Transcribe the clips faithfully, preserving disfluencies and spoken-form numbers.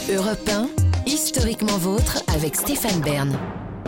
Europe un, historiquement vôtre avec Stéphane Bern.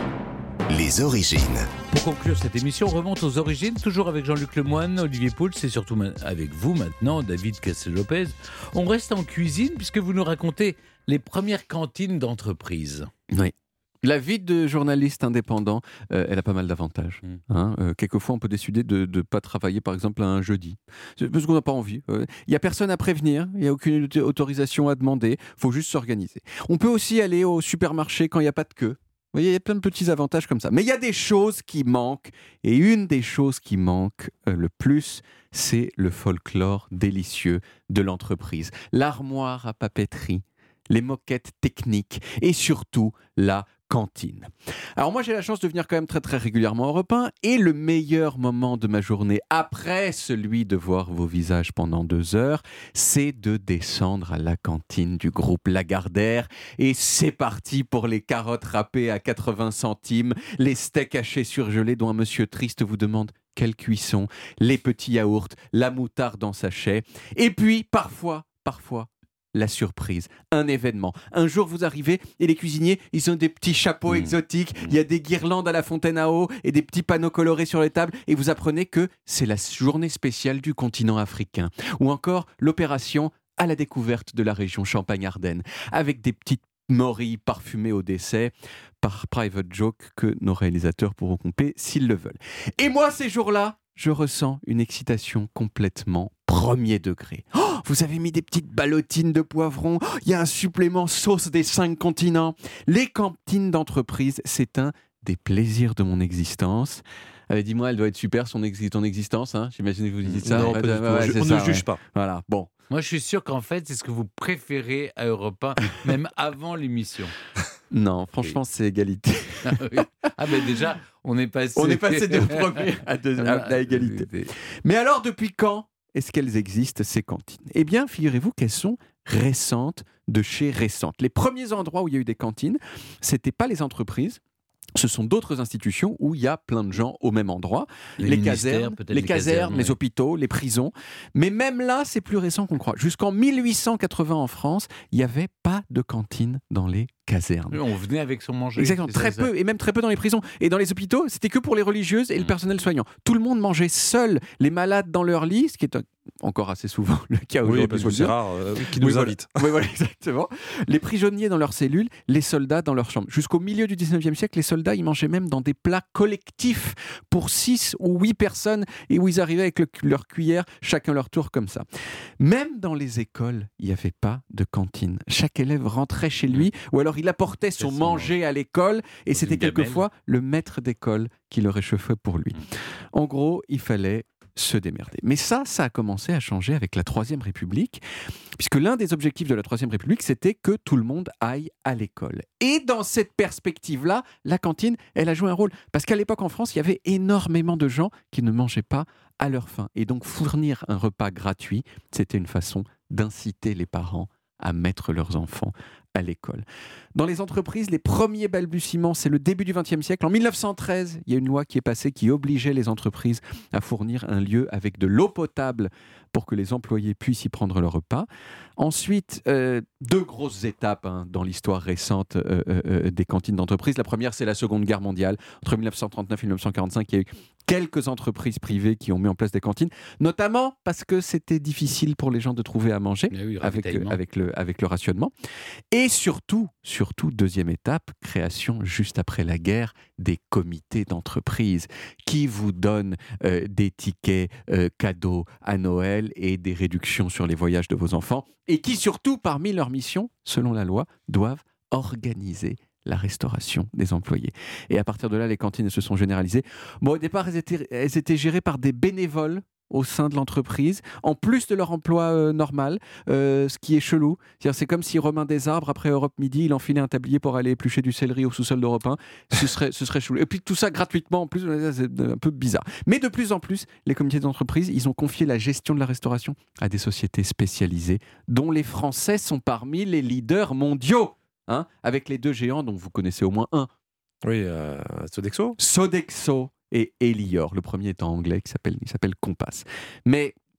Les origines. Pour conclure cette émission, on remonte aux origines, toujours avec Jean-Luc Lemoyne, Olivier Pouls et surtout avec vous maintenant, David Castel-Lopez. On reste en cuisine puisque vous nous racontez les premières cantines d'entreprise. Oui. La vie de journaliste indépendant, euh, elle a pas mal d'avantages. Mmh. Hein euh, quelquefois, on peut décider de ne pas travailler, par exemple, un jeudi. C'est parce qu'on n'a pas envie. Il euh, n'y a personne à prévenir, il n'y a aucune autorisation à demander, il faut juste s'organiser. On peut aussi aller au supermarché quand il n'y a pas de queue. Vous voyez, il y a plein de petits avantages comme ça. Mais il y a des choses qui manquent. Et une des choses qui manque euh, le plus, c'est le folklore délicieux de l'entreprise. L'armoire à papeterie, les moquettes techniques et surtout la cantine. Alors moi j'ai la chance de venir quand même très très régulièrement au Europe un et le meilleur moment de ma journée, après celui de voir vos visages pendant deux heures, c'est de descendre à la cantine du groupe Lagardère et c'est parti pour les carottes râpées à quatre-vingts centimes, les steaks hachés surgelés dont un monsieur triste vous demande quelle cuisson, les petits yaourts, la moutarde en sachet et puis parfois, parfois la surprise, un événement. Un jour, vous arrivez et les cuisiniers, ils ont des petits chapeaux mmh. exotiques, il y a des guirlandes à la fontaine à eau et des petits panneaux colorés sur les tables et vous apprenez que c'est la journée spéciale du continent africain. Ou encore l'opération à la découverte de la région Champagne-Ardenne avec des petites morilles parfumées au décès par private joke que nos réalisateurs pourront couper s'ils le veulent. Et moi, ces jours-là, je ressens une excitation complètement premier degré. Oh, vous avez mis des petites ballotines de poivrons. Il oh, y a un supplément sauce des cinq continents. Les cantines d'entreprise, c'est un des plaisirs de mon existence. Allez, dis-moi, elle doit être super, son ex- ton existence. Hein. J'imagine que vous dites ça. Non, ouais, pas du tout. ouais, Je, on ça, ne juge ouais. pas. Voilà, bon. Moi, je suis sûr qu'en fait, c'est ce que vous préférez à Europe un, même avant l'émission. Non, franchement, oui. C'est égalité. Ah, oui. Ah ben déjà, on est passé... On est passé de premier à, deux, à, à égalité. Mais alors, depuis quand est-ce qu'elles existent, ces cantines ? Eh bien, figurez-vous qu'elles sont récentes de chez récentes. Les premiers endroits où il y a eu des cantines, ce n'étaient pas les entreprises, ce sont d'autres institutions où il y a plein de gens au même endroit. Les, les casernes, les, les, casernes, casernes oui. Les hôpitaux, les prisons. Mais même là, c'est plus récent qu'on croit. Jusqu'en mille huit cent quatre-vingts en France, il n'y avait pas de cantine dans les casernes. On venait avec son manger. Exactement, très ça, peu, ça. Et même très peu dans les prisons. Et dans les hôpitaux, c'était que pour les religieuses et mmh. le personnel soignant. Tout le monde mangeait seul, les malades dans leur lit, ce qui est encore assez souvent le cas oui, aujourd'hui. Parce que c'est rare euh, qui oui, nous voilà. invitent. Oui, voilà, exactement. Les prisonniers dans leurs cellules, les soldats dans leurs chambres. Jusqu'au milieu du dix-neuvième siècle, les soldats, ils mangeaient même dans des plats collectifs pour six ou huit personnes et où ils arrivaient avec le, leur cuillère, chacun leur tour comme ça. Même dans les écoles, il n'y avait pas de cantine. Chaque élève rentrait chez lui ou alors il apportait son manger à l'école et Dans c'était quelquefois le maître d'école qui le réchauffait pour lui. En gros, il fallait se démerder. Mais ça, ça a commencé à changer avec la Troisième République, puisque l'un des objectifs de la Troisième République, c'était que tout le monde aille à l'école. Et dans cette perspective-là, la cantine, elle a joué un rôle. Parce qu'à l'époque, en France, il y avait énormément de gens qui ne mangeaient pas à leur faim. Et donc, fournir un repas gratuit, c'était une façon d'inciter les parents à mettre leurs enfants à l'école. Dans les entreprises, les premiers balbutiements, c'est le début du vingtième siècle. En mille neuf cent treize, il y a une loi qui est passée qui obligeait les entreprises à fournir un lieu avec de l'eau potable pour que les employés puissent y prendre leur repas. Ensuite, euh, deux grosses étapes hein, dans l'histoire récente euh, euh, des cantines d'entreprise. La première, c'est la Seconde Guerre mondiale. Entre mille neuf cent trente-neuf et mille neuf cent quarante-cinq, il y a eu quelques entreprises privées qui ont mis en place des cantines, notamment parce que c'était difficile pour les gens de trouver à manger oui, avec, avec, le, avec le rationnement. Et surtout, surtout, deuxième étape, création juste après la guerre des comités d'entreprise qui vous donnent euh, des tickets euh, cadeaux à Noël et des réductions sur les voyages de vos enfants et qui surtout, parmi leurs missions, selon la loi, doivent organiser la restauration des employés. Et à partir de là, les cantines se sont généralisées. Bon, au départ, elles étaient, elles étaient gérées par des bénévoles au sein de l'entreprise, en plus de leur emploi euh, normal, euh, ce qui est chelou. C'est-à-dire, c'est comme si Romain Desarbres, après Europe Midi, il enfilait un tablier pour aller éplucher du céleri au sous-sol d'Europe un. Ce serait, ce serait chelou. Et puis tout ça gratuitement, en plus, c'est un peu bizarre. Mais de plus en plus, les comités d'entreprise, ils ont confié la gestion de la restauration à des sociétés spécialisées, dont les Français sont parmi les leaders mondiaux. Hein, avec les deux géants dont vous connaissez au moins un. Oui, euh, Sodexo. Sodexo et Elior. Le premier est en anglais, qui s'appelle, il s'appelle Compass. Mais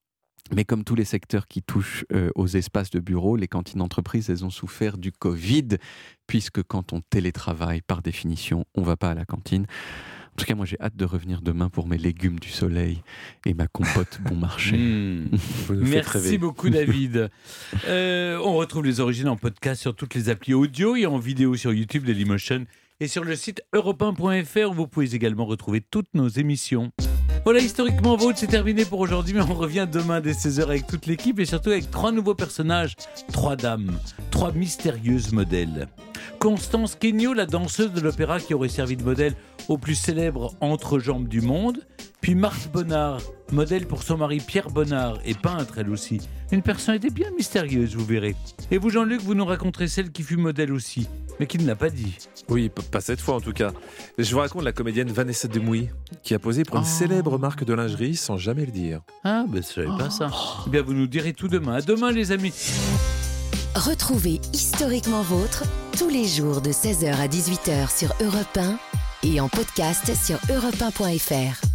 Mais comme tous les secteurs qui touchent euh, aux espaces de bureau, les cantines d'entreprise, elles ont souffert du Covid, puisque quand on télétravaille, par définition, on ne va pas à la cantine. En tout cas, moi, j'ai hâte de revenir demain pour mes légumes du soleil et ma compote bon marché. Mmh. Vous nous faites rêver. Merci beaucoup, David. Euh, on retrouve les origines en podcast sur toutes les applis audio et en vidéo sur YouTube, Dailymotion, et sur le site europe un point f r où vous pouvez également retrouver toutes nos émissions. Voilà, Historiquement Vôtre, c'est terminé pour aujourd'hui, mais on revient demain dès seize heures avec toute l'équipe et surtout avec trois nouveaux personnages, trois dames, trois mystérieuses modèles. Constance Quignaud, la danseuse de l'opéra qui aurait servi de modèle au plus célèbre entrejambe du monde, puis Marthe Bonnard, modèle pour son mari Pierre Bonnard et peintre elle aussi. Une personnalité bien mystérieuse, vous verrez. Et vous, Jean-Luc, vous nous raconterez celle qui fut modèle aussi, mais qui ne l'a pas dit. Oui, p- pas cette fois en tout cas. Je vous raconte la comédienne Vanessa Demouy, qui a posé pour une Oh. célèbre marque de lingerie sans jamais le dire. Ah, ben je savais pas ça. Eh bien, vous nous direz tout demain. À demain, les amis. Retrouvez Historiquement Vôtre tous les jours de seize heures à dix-huit heures sur Europe un et en podcast sur europe un point f r.